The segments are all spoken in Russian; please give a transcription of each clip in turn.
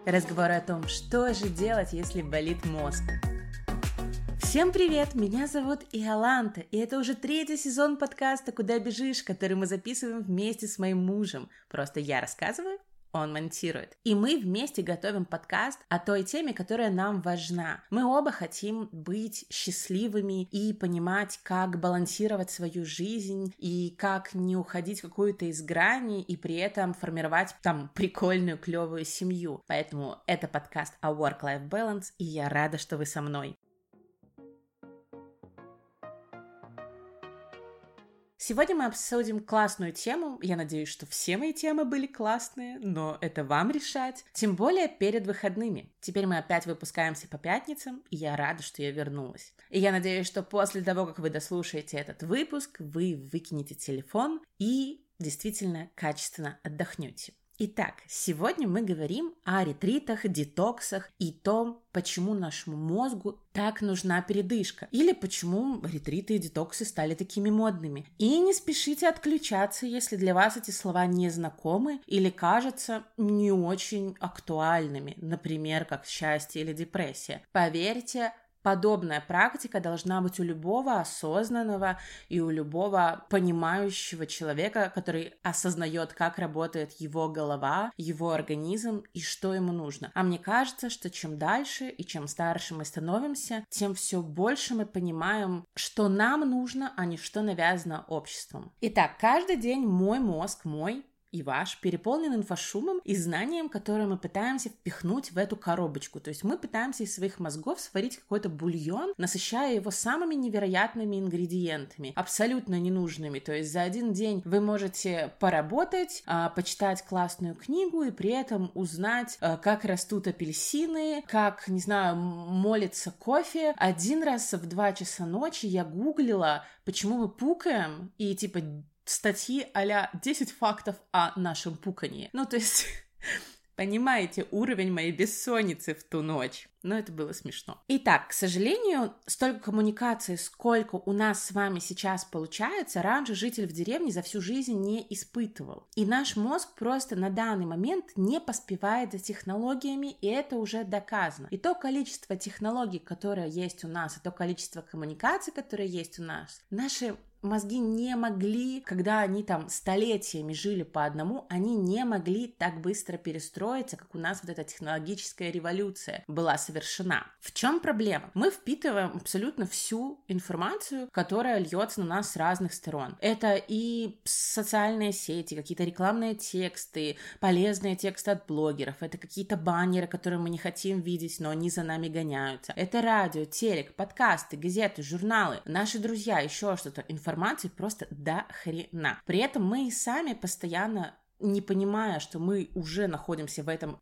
Разговоры о том, что же делать, если болит мозг. Всем привет, меня зовут Иоланта, и это уже 3-й сезон подкаста «Куда бежишь», который мы записываем вместе с моим мужем. Просто я рассказываю, он монтирует. И мы вместе готовим подкаст о той теме, которая нам важна. Мы оба хотим быть счастливыми и понимать, как балансировать свою жизнь и как не уходить в какую-то из граней и при этом формировать там прикольную, клевую семью. Поэтому это подкаст о Work-Life Balance, и я рада, что вы со мной. Сегодня мы обсудим классную тему. Я надеюсь, что все мои темы были классные, но это вам решать. Тем более перед выходными. Теперь мы опять выпускаемся по пятницам, и я рада, что я вернулась. И я надеюсь, что после того, как вы дослушаете этот выпуск, вы выкинете телефон и действительно качественно отдохнете. Итак, сегодня мы говорим о ретритах, детоксах и том, почему нашему мозгу так нужна передышка, или почему ретриты и детоксы стали такими модными. И не спешите отключаться, если для вас эти слова не знакомы или кажутся не очень актуальными, например, как счастье или депрессия. Поверьте, подобная практика должна быть у любого осознанного и у любого понимающего человека, который осознает, как работает его голова, его организм и что ему нужно. А мне кажется, что чем дальше и чем старше мы становимся, тем все больше мы понимаем, что нам нужно, а не что навязано обществом. Итак, каждый день мой мозг, и ваш переполнен инфошумом и знанием, которое мы пытаемся впихнуть в эту коробочку. То есть мы пытаемся из своих мозгов сварить какой-то бульон, насыщая его самыми невероятными ингредиентами, абсолютно ненужными. То есть за один день вы можете поработать, почитать классную книгу и при этом узнать, как растут апельсины, как, не знаю, молится кофе. Один раз в 2 часа ночи я гуглила, почему мы пукаем, и статьи а-ля 10 фактов о нашем пуканье. То есть, понимаете, уровень моей бессонницы в ту ночь. Но это было смешно. Итак, к сожалению, столько коммуникаций, сколько у нас с вами сейчас получается, раньше житель в деревне за всю жизнь не испытывал. И наш мозг просто на данный момент не поспевает за технологиями, и это уже доказано. И то количество технологий, которые есть у нас, и то количество коммуникаций, которые есть у нас, наши мозги не могли, когда они там столетиями жили по одному, они не могли так быстро перестроиться, как у нас вот эта технологическая революция была совершена. В чем проблема? Мы впитываем абсолютно всю информацию, которая льется на нас с разных сторон. Это и социальные сети, какие-то рекламные тексты, полезные тексты от блогеров, это какие-то баннеры, которые мы не хотим видеть, но они за нами гоняются. Это радио, телек, подкасты, газеты, журналы, наши друзья, еще что-то. Информации просто до хрена. При этом мы и сами постоянно, не понимая, что мы уже находимся в этом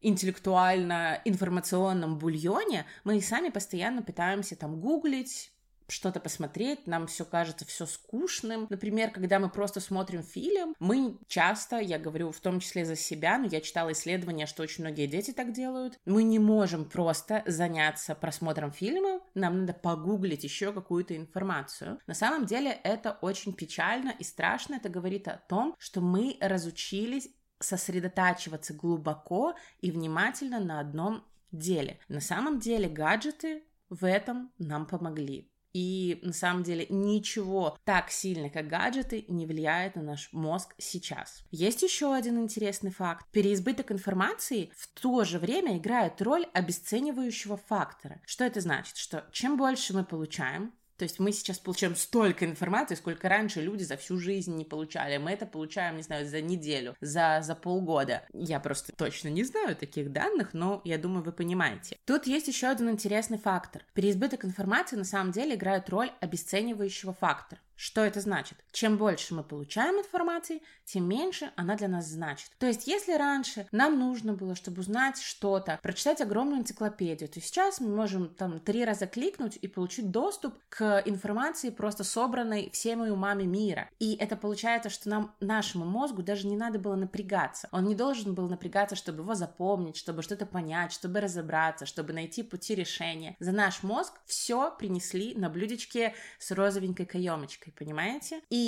интеллектуально-информационном бульоне, мы и сами постоянно пытаемся там гуглить, что-то посмотреть, нам все кажется все скучным. Например, когда мы просто смотрим фильм, мы часто, я говорю в том числе за себя, но я читала исследования, что очень многие дети так делают, мы не можем просто заняться просмотром фильма, нам надо погуглить еще какую-то информацию. На самом деле это очень печально и страшно, это говорит о том, что мы разучились сосредотачиваться глубоко и внимательно на одном деле. На самом деле гаджеты в этом нам помогли. И на самом деле ничего так сильно, как гаджеты, не влияет на наш мозг сейчас. Есть еще один интересный факт. Переизбыток информации в то же время играет роль обесценивающего фактора. Что это значит? Что чем больше мы получаем, то есть мы сейчас получаем столько информации, сколько раньше люди за всю жизнь не получали. Мы это получаем, не знаю, за неделю, за полгода. Я просто точно не знаю таких данных, но я думаю, вы понимаете. Тут есть еще один интересный фактор. Переизбыток информации на самом деле играет роль обесценивающего фактора. Что это значит? Чем больше мы получаем информации, тем меньше она для нас значит. То есть, если раньше нам нужно было, чтобы узнать что-то, прочитать огромную энциклопедию, то сейчас мы можем там 3 раза кликнуть и получить доступ к информации, просто собранной всеми умами мира. И это получается, что нашему мозгу даже не надо было напрягаться. Он не должен был напрягаться, чтобы его запомнить, чтобы что-то понять, чтобы разобраться, чтобы найти пути решения. За наш мозг все принесли на блюдечке с розовенькой каемочкой, понимаете? И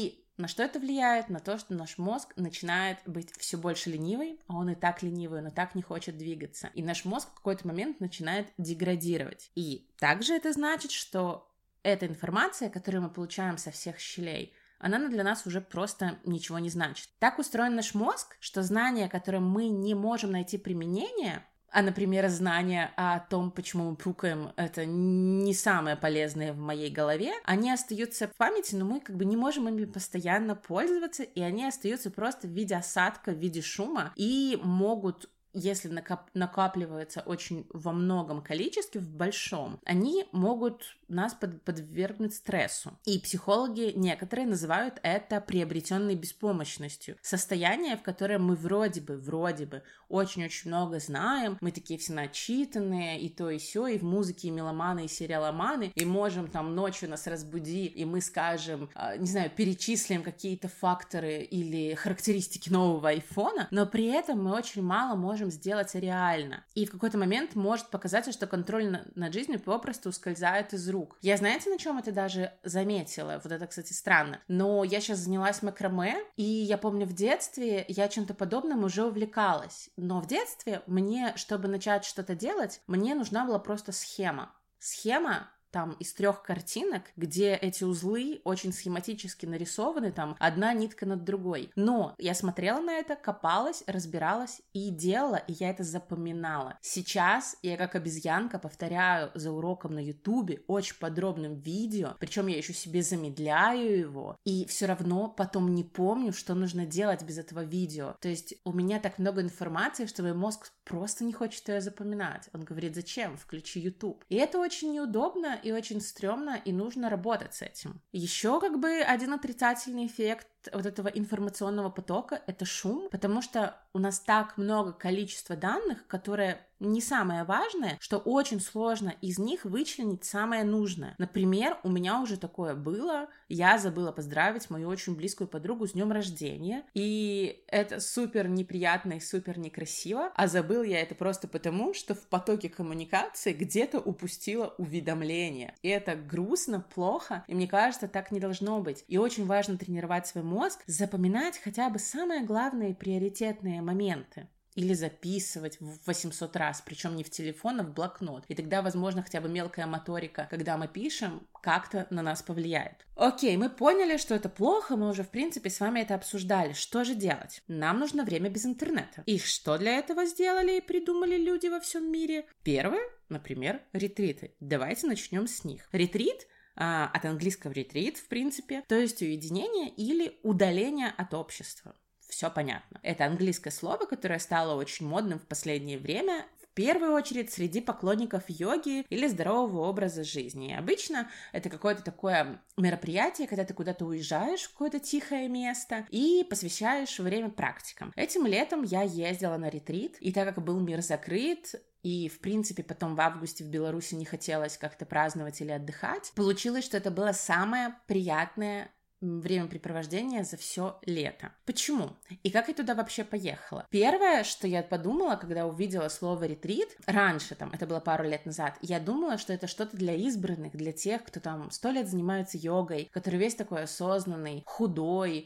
На что это влияет? На то, что наш мозг начинает быть все больше ленивый, а он и так ленивый, он и так не хочет двигаться. И наш мозг в какой-то момент начинает деградировать. И также это значит, что эта информация, которую мы получаем со всех щелей, она для нас уже просто ничего не значит. Так устроен наш мозг, что знания, которым мы не можем найти применение, например, знания о том, почему мы пукаем, это не самое полезное в моей голове, они остаются в памяти, но мы не можем ими постоянно пользоваться, и они остаются просто в виде осадка, в виде шума, и могут, если накапливаются очень во многом количестве, в большом, они могут нас подвергнуть стрессу. И психологи некоторые называют это приобретенной беспомощностью. Состояние, в котором мы вроде бы очень-очень много знаем, мы такие все начитанные, и то, и сё, и в музыке, и меломаны, и сериаломаны, и можем ночью нас разбуди, и мы скажем, не знаю, перечислим какие-то факторы или характеристики нового айфона, но при этом мы очень мало можем сделать реально. И в какой-то момент может показаться, что контроль над жизнью попросту ускользает из рук. Я, знаете, на чем это даже заметила? Вот это, кстати, странно. Но я сейчас занялась макраме, и я помню, в детстве я чем-то подобным уже увлекалась. Но в детстве мне, чтобы начать что-то делать, мне нужна была просто схема. Схема там из 3 картинок, где эти узлы очень схематически нарисованы, там одна нитка над другой. Но я смотрела на это, копалась, разбиралась и делала, и я это запоминала. Сейчас я как обезьянка повторяю за уроком на Ютубе очень подробным видео, причем я еще себе замедляю его, и все равно потом не помню, что нужно делать без этого видео. То есть у меня так много информации, что мой мозг просто не хочет ее запоминать. Он говорит: зачем? Включи YouTube. И это очень неудобно и очень стрёмно, и нужно работать с этим. Еще один отрицательный эффект вот этого информационного потока — это шум, потому что у нас так много количества данных, которые не самое важное, что очень сложно из них вычленить самое нужное. Например, у меня уже такое было, я забыла поздравить мою очень близкую подругу с днем рождения, и это супер неприятно и супер некрасиво, а забыла я это просто потому, что в потоке коммуникации где-то упустила уведомление. И это грустно, плохо, и мне кажется, так не должно быть. И очень важно тренировать свой мозг, запоминать хотя бы самые главные и приоритетные моменты. Или записывать в 800 раз, причем не в телефон, а в блокнот. И тогда, возможно, хотя бы мелкая моторика, когда мы пишем, как-то на нас повлияет. Окей, мы поняли, что это плохо, мы уже, в принципе, с вами это обсуждали. Что же делать? Нам нужно время без интернета. И что для этого сделали и придумали люди во всем мире? Первое, например, ретриты. Давайте начнем с них. Ретрит от английского retreat, в принципе, то есть уединение или удаление от общества. Все понятно. Это английское слово, которое стало очень модным в последнее время, в первую очередь среди поклонников йоги или здорового образа жизни. И обычно это какое-то такое мероприятие, когда ты куда-то уезжаешь в какое-то тихое место и посвящаешь время практикам. Этим летом я ездила на ретрит, и так как был мир закрыт, и, в принципе, потом в августе в Беларуси не хотелось как-то праздновать или отдыхать, получилось, что это было самое приятное времяпрепровождение за все лето. Почему? И как я туда вообще поехала? Первое, что я подумала, когда увидела слово ретрит, раньше, это было пару лет назад, я думала, что это что-то для избранных, для тех, кто 100 лет занимается йогой, который весь такой осознанный, худой,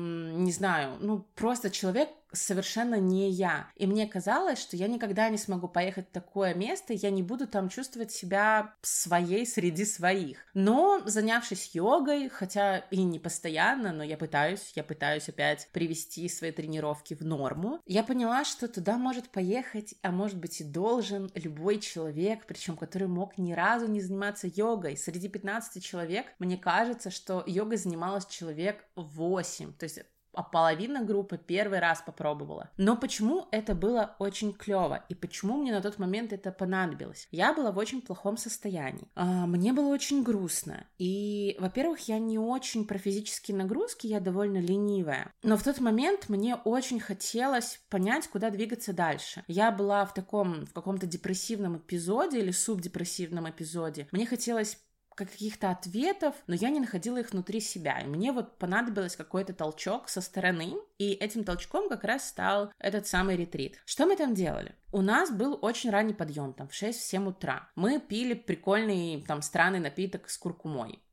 не знаю, просто человек совершенно не я. И мне казалось, что я никогда не смогу поехать в такое место, и я не буду там чувствовать себя своей среди своих. Но, занявшись йогой, хотя и не постоянно, но я пытаюсь опять привести свои тренировки в норму, я поняла, что туда может поехать, а может быть и должен любой человек, причем который мог ни разу не заниматься йогой. Среди 15 человек, мне кажется, что йогой занималось человек 8, то есть половина группы первый раз попробовала. Но почему это было очень клево? И почему мне на тот момент это понадобилось? Я была в очень плохом состоянии. Мне было очень грустно. И, во-первых, я не очень про физические нагрузки, я довольно ленивая. Но в тот момент мне очень хотелось понять, куда двигаться дальше. Я была в каком-то депрессивном эпизоде или субдепрессивном эпизоде. Мне хотелось каких-то ответов, но я не находила их внутри себя. И мне понадобился какой-то толчок со стороны, и этим толчком как раз стал этот самый ретрит. Что мы там делали? У нас был очень ранний подъем, в 6-7 утра. Мы пили прикольный, странный напиток с куркумой.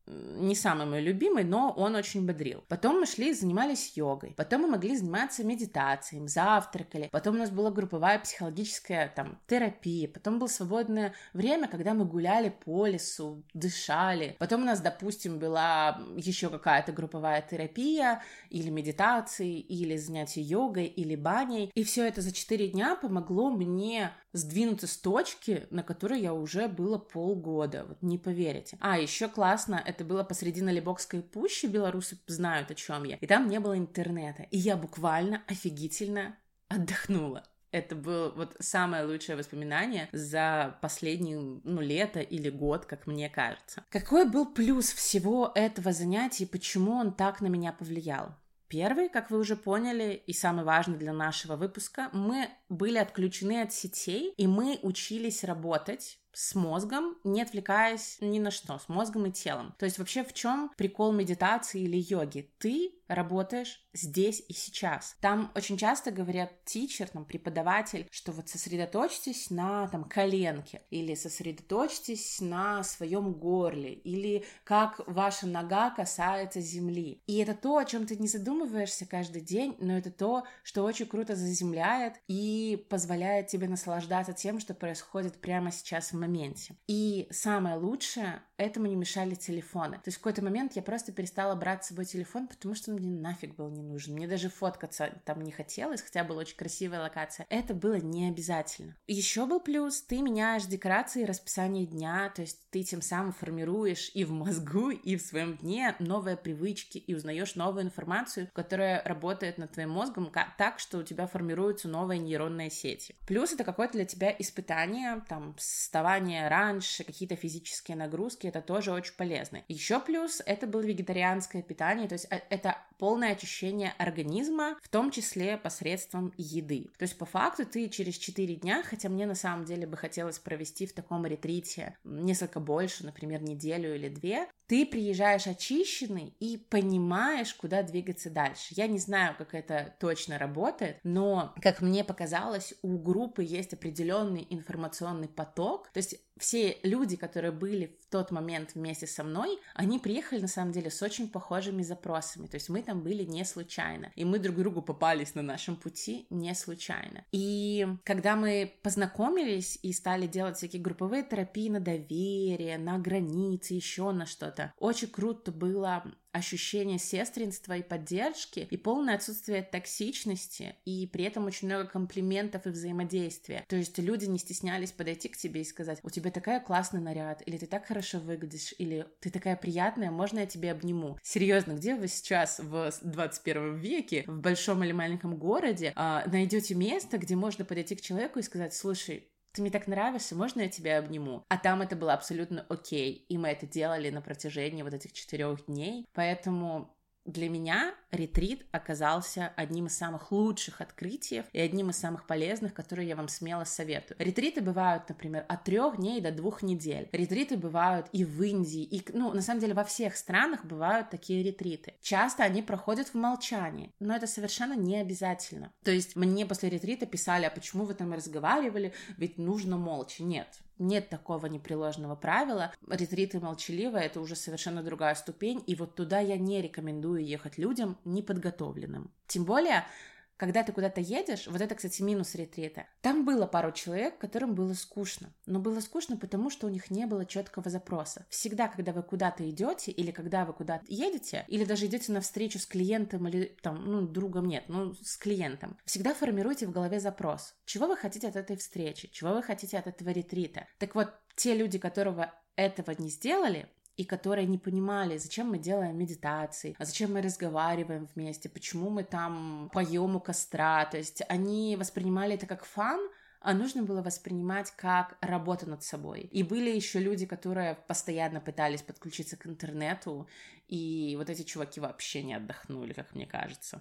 не самый мой любимый, но он очень бодрил. Потом мы шли и занимались йогой. Потом мы могли заниматься медитацией, завтракали. Потом у нас была групповая психологическая терапия. Потом было свободное время, когда мы гуляли по лесу, дышали. Потом у нас, допустим, была еще какая-то групповая терапия или медитации, или занятия йогой, или баней. И все это за 4 дня помогло мне сдвинуться с точки, на которой я уже была полгода. Вот не поверите. А, еще классно, это было посреди Налибокской пущи, белорусы знают, о чем я. И там не было интернета. И я буквально офигительно отдохнула. Это было вот самое лучшее воспоминание за последнее, лето или год, как мне кажется. Какой был плюс всего этого занятия и почему он так на меня повлиял? Первый, как вы уже поняли, и самый важный для нашего выпуска, мы были отключены от сетей, и мы учились работать с мозгом, не отвлекаясь ни на что, с мозгом и телом. То есть вообще в чем прикол медитации или йоги? Ты работаешь здесь и сейчас. Там очень часто говорят тичер, преподаватель, что вот сосредоточьтесь на коленке, или сосредоточьтесь на своем горле, или как ваша нога касается земли. И это то, о чем ты не задумываешься каждый день, но это то, что очень круто заземляет и позволяет тебе наслаждаться тем, что происходит прямо сейчас в моменте. И самое лучшее, этому не мешали телефоны. То есть в какой-то момент я просто перестала брать с собой телефон, потому что он мне нафиг был не нужен. Мне даже фоткаться там не хотелось, хотя была очень красивая локация. Это было не обязательно. Еще был плюс, ты меняешь декорации и расписание дня, то есть ты тем самым формируешь и в мозгу, и в своем дне новые привычки, и узнаешь новую информацию, которая работает над твоим мозгом так, что у тебя формируются новые нейронные сети. Плюс это какое-то для тебя испытание, вставание раньше, какие-то физические нагрузки, это тоже очень полезно. Еще плюс это было вегетарианское питание, то есть это полное очищение организма, в том числе посредством еды. То есть по факту ты через 4 дня, хотя мне на самом деле бы хотелось провести в таком ретрите несколько больше, например, неделю или 2, ты приезжаешь очищенный и понимаешь, куда двигаться дальше. Я не знаю, как это точно работает, но, как мне показалось, у группы есть определенный информационный поток. То есть все люди, которые были в тот момент вместе со мной, они приехали, на самом деле, с очень похожими запросами. То есть мы там были не случайно. И мы друг другу попались на нашем пути не случайно. И когда мы познакомились и стали делать всякие групповые терапии на доверие, на границы, еще на что-то, очень круто было ощущение сестринства и поддержки, и полное отсутствие токсичности, и при этом очень много комплиментов и взаимодействия. То есть люди не стеснялись подойти к тебе и сказать: у тебя такая классный наряд, или ты так хорошо выглядишь, или ты такая приятная, можно я тебя обниму? Серьезно, где вы сейчас в 21 веке, в большом или маленьком городе, найдете место, где можно подойти к человеку и сказать: слушай, ты мне так нравишься, можно я тебя обниму? А там это было абсолютно окей, и мы это делали на протяжении вот этих 4 дней, поэтому для меня ретрит оказался одним из самых лучших открытий и одним из самых полезных, которые я вам смело советую. Ретриты бывают, например, от 3 дней до 2 недель. Ретриты бывают и в Индии, и, на самом деле, во всех странах бывают такие ретриты. Часто они проходят в молчании, но это совершенно не обязательно. То есть мне после ретрита писали: а почему вы там разговаривали, ведь нужно молча. Нет такого непреложного правила. Ретриты молчаливые — это уже совершенно другая ступень, и вот туда я не рекомендую ехать людям неподготовленным. Тем более, когда ты куда-то едешь, вот это, кстати, минус ретрита. Там было пару человек, которым было скучно. Но было скучно потому, что у них не было четкого запроса. Всегда, когда вы куда-то идете, или когда вы куда-то едете, или даже идете на встречу с клиентом, или другом нет, с клиентом, всегда формируйте в голове запрос. Чего вы хотите от этой встречи? Чего вы хотите от этого ретрита? Так вот, те люди, которые этого не сделали, и которые не понимали, зачем мы делаем медитации, а зачем мы разговариваем вместе, почему мы там поем у костра. То есть они воспринимали это как фан, а нужно было воспринимать как работу над собой. И были еще люди, которые постоянно пытались подключиться к интернету, и вот эти чуваки вообще не отдохнули, как мне кажется.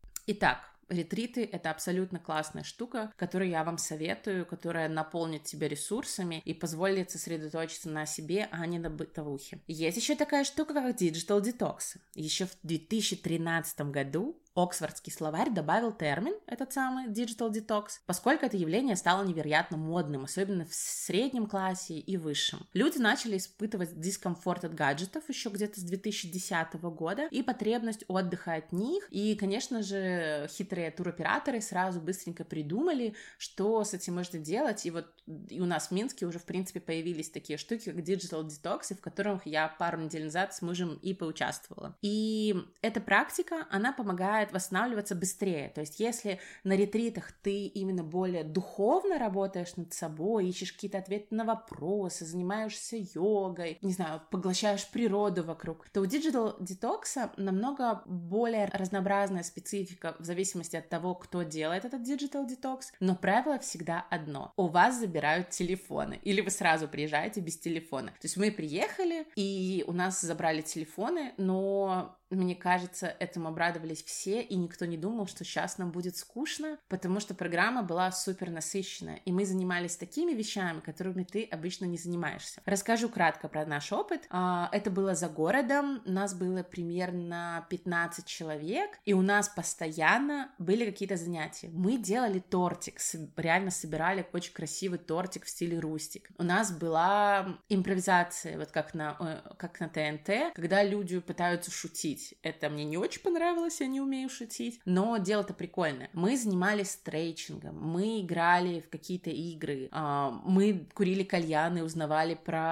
Итак, ретриты — это абсолютно классная штука, которую я вам советую, которая наполнит тебя ресурсами и позволит сосредоточиться на себе, а не на бытовухе. Есть еще такая штука, как Digital Detox. Еще в 2013 году Оксфордский словарь добавил термин, этот самый digital detox, поскольку это явление стало невероятно модным, особенно в среднем классе и высшем. Люди начали испытывать дискомфорт от гаджетов еще где-то с 2010 года и потребность отдыха от них. И, конечно же, хитрые туроператоры сразу быстренько придумали, что с этим можно делать. И у нас в Минске уже, в принципе, появились такие штуки, как digital detox, в которых я пару недель назад с мужем и поучаствовала. И эта практика, она помогает восстанавливаться быстрее. То есть если на ретритах ты именно более духовно работаешь над собой, ищешь какие-то ответы на вопросы, занимаешься йогой, не знаю, поглощаешь природу вокруг, то у digital detox намного более разнообразная специфика в зависимости от того, кто делает этот digital detox, но правило всегда одно. У вас забирают телефоны, или вы сразу приезжаете без телефона. То есть мы приехали, и у нас забрали телефоны, но мне кажется, этому обрадовались все, и никто не думал, что сейчас нам будет скучно, потому что программа была супер насыщенная, и мы занимались такими вещами, которыми ты обычно не занимаешься. Расскажу кратко про наш опыт. Это было за городом, нас было примерно 15 человек, и у нас постоянно были какие-то занятия. Мы делали тортик, реально собирали очень красивый тортик в стиле рустик. У нас была импровизация, вот как на ТНТ, когда люди пытаются шутить. Это мне не очень понравилось, я не умею шутить, но дело-то прикольное. Мы занимались стрейчингом, мы играли в какие-то игры, мы курили кальяны, узнавали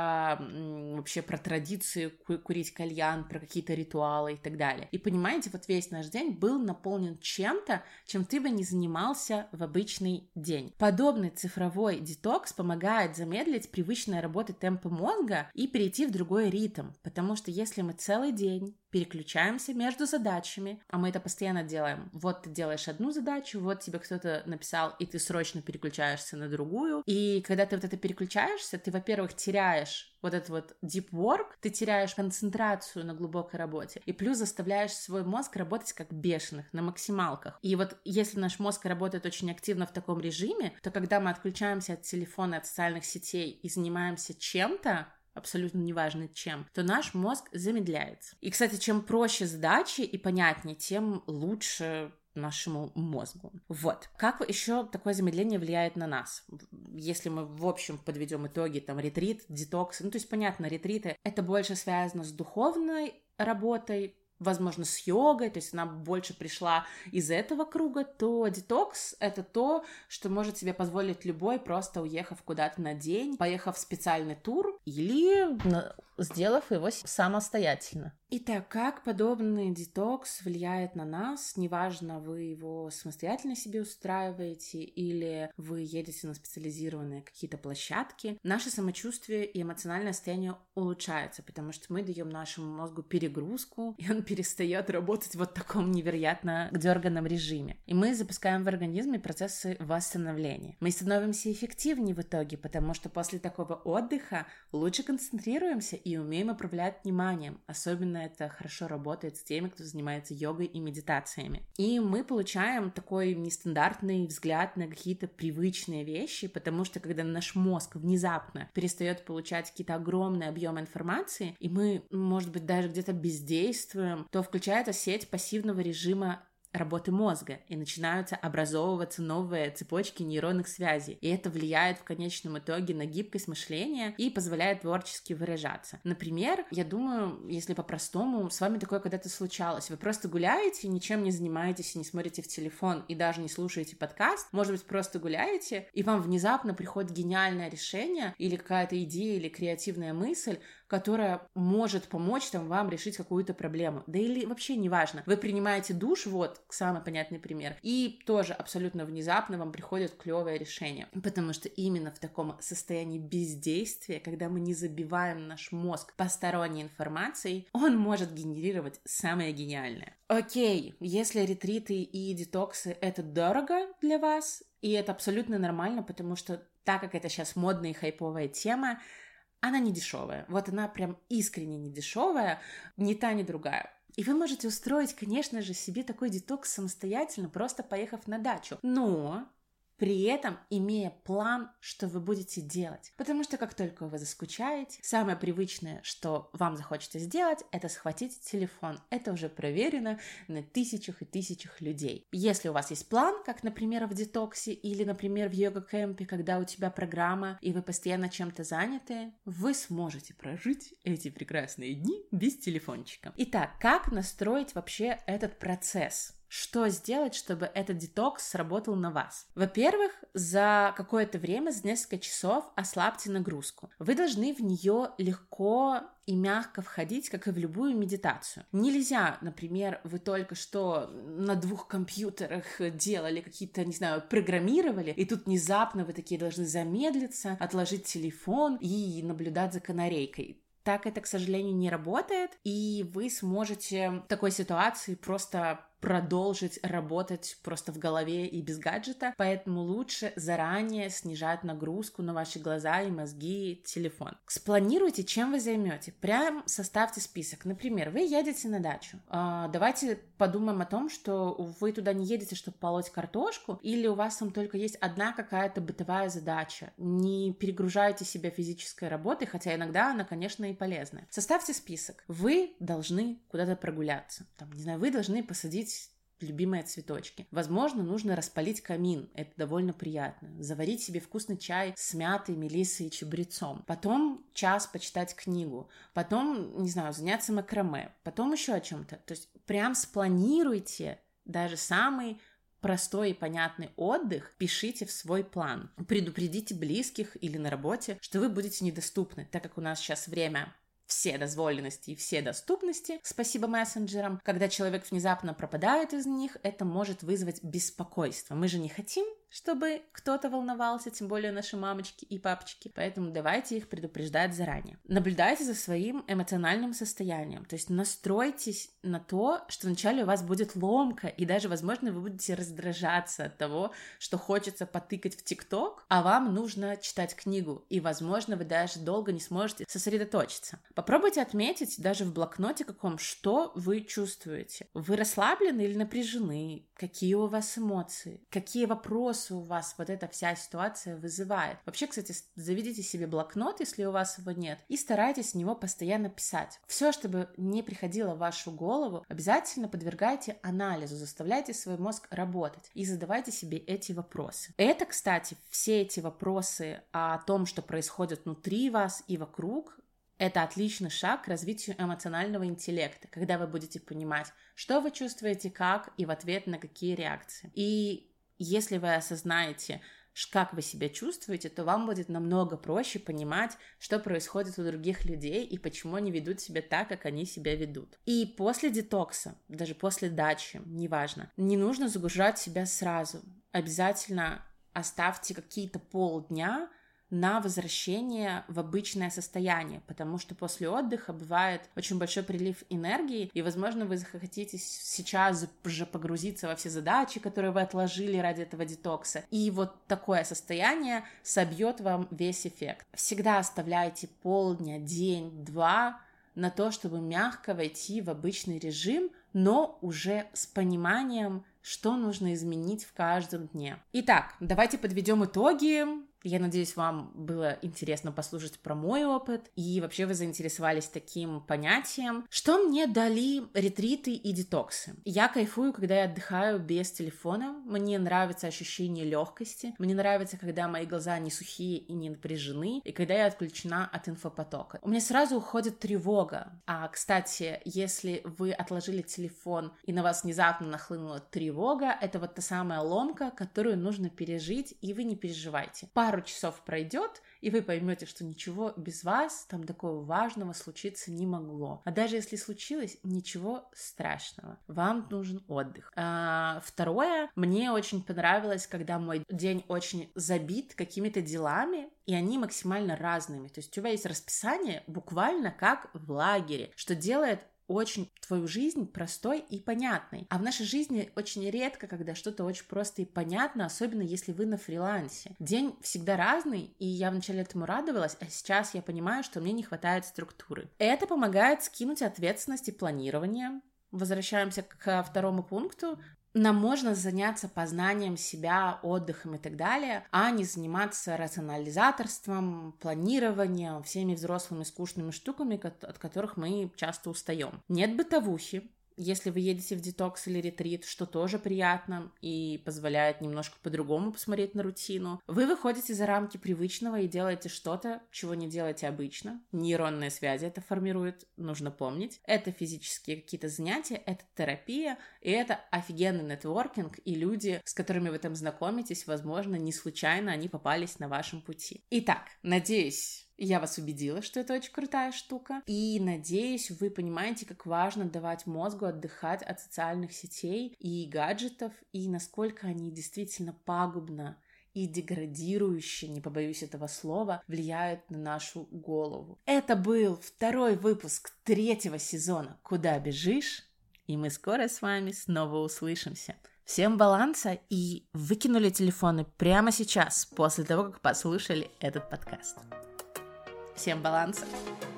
вообще про традицию курить кальян, про какие-то ритуалы и так далее. И понимаете, вот весь наш день был наполнен чем-то, чем ты бы не занимался в обычный день. Подобный цифровой детокс помогает замедлить привычные работы темпа мозга и перейти в другой ритм, потому что если мы целый день переключаемся между задачами, а мы это постоянно делаем. Вот ты делаешь одну задачу, вот тебе кто-то написал, и ты срочно переключаешься на другую. И когда ты вот это переключаешься, ты, во-первых, теряешь вот этот вот deep work, ты теряешь концентрацию на глубокой работе, и плюс заставляешь свой мозг работать как бешеных, на максималках. И вот если наш мозг работает очень активно в таком режиме, то когда мы отключаемся от телефона, от социальных сетей и занимаемся чем-то, абсолютно неважно чем, то наш мозг замедляется. И, кстати, чем проще задачи и понятнее, тем лучше нашему мозгу. Вот. Как еще такое замедление влияет на нас? Если мы, в общем, подведем итоги, там, ретрит, детокс, то есть, понятно, ретриты, это больше связано с духовной работой, возможно, с йогой, то есть она больше пришла из этого круга, то детокс — это то, что может себе позволить любой, просто уехав куда-то на день, поехав в специальный тур или сделав его самостоятельно. Итак, как подобный детокс влияет на нас? Неважно, вы его самостоятельно себе устраиваете или вы едете на специализированные какие-то площадки. Наше самочувствие и эмоциональное состояние улучшается, потому что мы даем нашему мозгу перегрузку, и он перестает работать в вот таком невероятно дерганном режиме. И мы запускаем в организме процессы восстановления. Мы становимся эффективнее в итоге, потому что после такого отдыха лучше концентрируемся и умеем управлять вниманием. Особенно это хорошо работает с теми, кто занимается йогой и медитациями. И мы получаем такой нестандартный взгляд на какие-то привычные вещи, потому что когда наш мозг внезапно перестает получать какие-то огромные объемы информации, и мы, может быть, даже где-то бездействуем, то включается сеть пассивного режима работы мозга, и начинаются образовываться новые цепочки нейронных связей. И это влияет в конечном итоге на гибкость мышления и позволяет творчески выражаться. Например, я думаю, если по-простому, с вами такое когда-то случалось. Вы просто гуляете, ничем не занимаетесь и не смотрите в телефон, и даже не слушаете подкаст. Может быть, просто гуляете, и вам внезапно приходит гениальное решение или какая-то идея или креативная мысль, которая может помочь вам решить какую-то проблему. Да или вообще неважно. Вы принимаете душ, вот, самый понятный пример, и тоже абсолютно внезапно вам приходит клевое решение. Потому что именно в таком состоянии бездействия, когда мы не забиваем наш мозг посторонней информацией, он может генерировать самое гениальное. Окей, если ретриты и детоксы — это дорого для вас, и это абсолютно нормально, потому что так как это сейчас модная и хайповая тема, она не дешевая. Вот она прям искренне не дешевая, ни та, ни другая. И вы можете устроить, конечно же, себе такой детокс самостоятельно, просто поехав на дачу. Но при этом имея план, что вы будете делать. Потому что как только вы заскучаете, самое привычное, что вам захочется сделать, это схватить телефон. Это уже проверено на тысячах и тысячах людей. Если у вас есть план, как, например, в детоксе или, например, в йога-кэмпе, когда у тебя программа, и вы постоянно чем-то заняты, вы сможете прожить эти прекрасные дни без телефончика. Итак, как настроить вообще этот процесс? Что сделать, чтобы этот детокс сработал на вас? Во-первых, за какое-то время, за несколько часов ослабьте нагрузку. Вы должны в нее легко и мягко входить, как и в любую медитацию. Нельзя, например, вы только что на 2 компьютерах делали какие-то, не знаю, программировали, и тут внезапно вы такие должны замедлиться, отложить телефон и наблюдать за канарейкой. Так это, к сожалению, не работает, и вы сможете в такой ситуации просто продолжить работать просто в голове и без гаджета, поэтому лучше заранее снижать нагрузку на ваши глаза и мозги, телефон. Спланируйте, чем вы займете. Прям составьте список. Например, вы едете на дачу. Давайте подумаем о том, что вы туда не едете, чтобы полоть картошку, или у вас там только есть одна какая-то бытовая задача. Не перегружайте себя физической работой, хотя иногда она, конечно, и полезная. Составьте список. Вы должны куда-то прогуляться. Там, не знаю, вы должны посадить любимые цветочки. Возможно, нужно распалить камин. Это довольно приятно. Заварить себе вкусный чай с мятой, мелиссой и чабрецом. Потом час почитать книгу. Потом, не знаю, заняться макраме. Потом еще о чем-то. То есть прям спланируйте даже самый простой и понятный отдых, пишите в свой план. Предупредите близких или на работе, что вы будете недоступны, так как у нас сейчас время все дозволенности и все доступности, спасибо мессенджерам. Когда человек внезапно пропадает из них, это может вызвать беспокойство. Мы же не хотим, чтобы кто-то волновался, тем более наши мамочки и папочки. Поэтому давайте их предупреждать заранее. Наблюдайте за своим эмоциональным состоянием. То есть настройтесь на то, что вначале у вас будет ломка, и даже, возможно, вы будете раздражаться от того, что хочется потыкать в ТикТок, а вам нужно читать книгу. И, возможно, вы даже долго не сможете сосредоточиться. Попробуйте отметить даже в блокноте каком, что вы чувствуете. Вы расслаблены или напряжены? Какие у вас эмоции? Какие вопросы у вас вот эта вся ситуация вызывает? Вообще, кстати, заведите себе блокнот, если у вас его нет, и старайтесь в него постоянно писать. Все, чтобы не приходило в вашу голову, обязательно подвергайте анализу, заставляйте свой мозг работать и задавайте себе эти вопросы. Это, кстати, все эти вопросы о том, что происходит внутри вас и вокруг, это отличный шаг к развитию эмоционального интеллекта, когда вы будете понимать, что вы чувствуете, как и в ответ на какие реакции. И если вы осознаете, как вы себя чувствуете, то вам будет намного проще понимать, что происходит у других людей и почему они ведут себя так, как они себя ведут. И после детокса, даже после дачи, неважно, не нужно загружать себя сразу. Обязательно оставьте какие-то полдня на возвращение в обычное состояние, потому что после отдыха бывает очень большой прилив энергии, и, возможно, вы захотите сейчас же погрузиться во все задачи, которые вы отложили ради этого детокса, и вот такое состояние собьет вам весь эффект. Всегда оставляйте полдня, день, 2 на то, чтобы мягко войти в обычный режим, но уже с пониманием, что нужно изменить в каждом дне. Итак, давайте подведем итоги. Я надеюсь, вам было интересно послушать про мой опыт, и вообще вы заинтересовались таким понятием. Что мне дали ретриты и детоксы? Я кайфую, когда я отдыхаю без телефона. Мне нравится ощущение легкости. Мне нравится, когда мои глаза не сухие и не напряжены, и когда я отключена от инфопотока. У меня сразу уходит тревога. А, кстати, если вы отложили телефон и на вас внезапно нахлынула тревога, это вот та самая ломка, которую нужно пережить, и вы не переживайте. Пару часов пройдет, и вы поймете, что ничего без вас там такого важного случиться не могло. А даже если случилось, ничего страшного. Вам нужен отдых. Второе, мне очень понравилось, когда мой день очень забит какими-то делами, и они максимально разными. То есть у тебя есть расписание буквально как в лагере, что делает очень твою жизнь простой и понятной. А в нашей жизни очень редко, когда что-то очень просто и понятно, особенно если вы на фрилансе. День всегда разный, и я вначале этому радовалась, а сейчас я понимаю, что мне не хватает структуры. Это помогает скинуть ответственность и планирование. Возвращаемся к второму пункту. Нам можно заняться познанием себя, отдыхом и так далее, а не заниматься рационализаторством, планированием, всеми взрослыми скучными штуками, от которых мы часто устаем. Нет бытовухи. Если вы едете в детокс или ретрит, что тоже приятно и позволяет немножко по-другому посмотреть на рутину, вы выходите за рамки привычного и делаете что-то, чего не делаете обычно. Нейронные связи это формирует, нужно помнить. Это физические какие-то занятия, это терапия, и это офигенный нетворкинг, и люди, с которыми вы там знакомитесь, возможно, не случайно они попались на вашем пути. Итак, надеюсь, я вас убедила, что это очень крутая штука. И надеюсь, вы понимаете, как важно давать мозгу отдыхать от социальных сетей и гаджетов, и насколько они действительно пагубно и деградирующе, не побоюсь этого слова, влияют на нашу голову. Это был 2-й выпуск 3-го сезона «Куда бежишь?», и мы скоро с вами снова услышимся. Всем баланса и выкинули телефоны прямо сейчас, после того, как послушали этот подкаст. Всем баланса!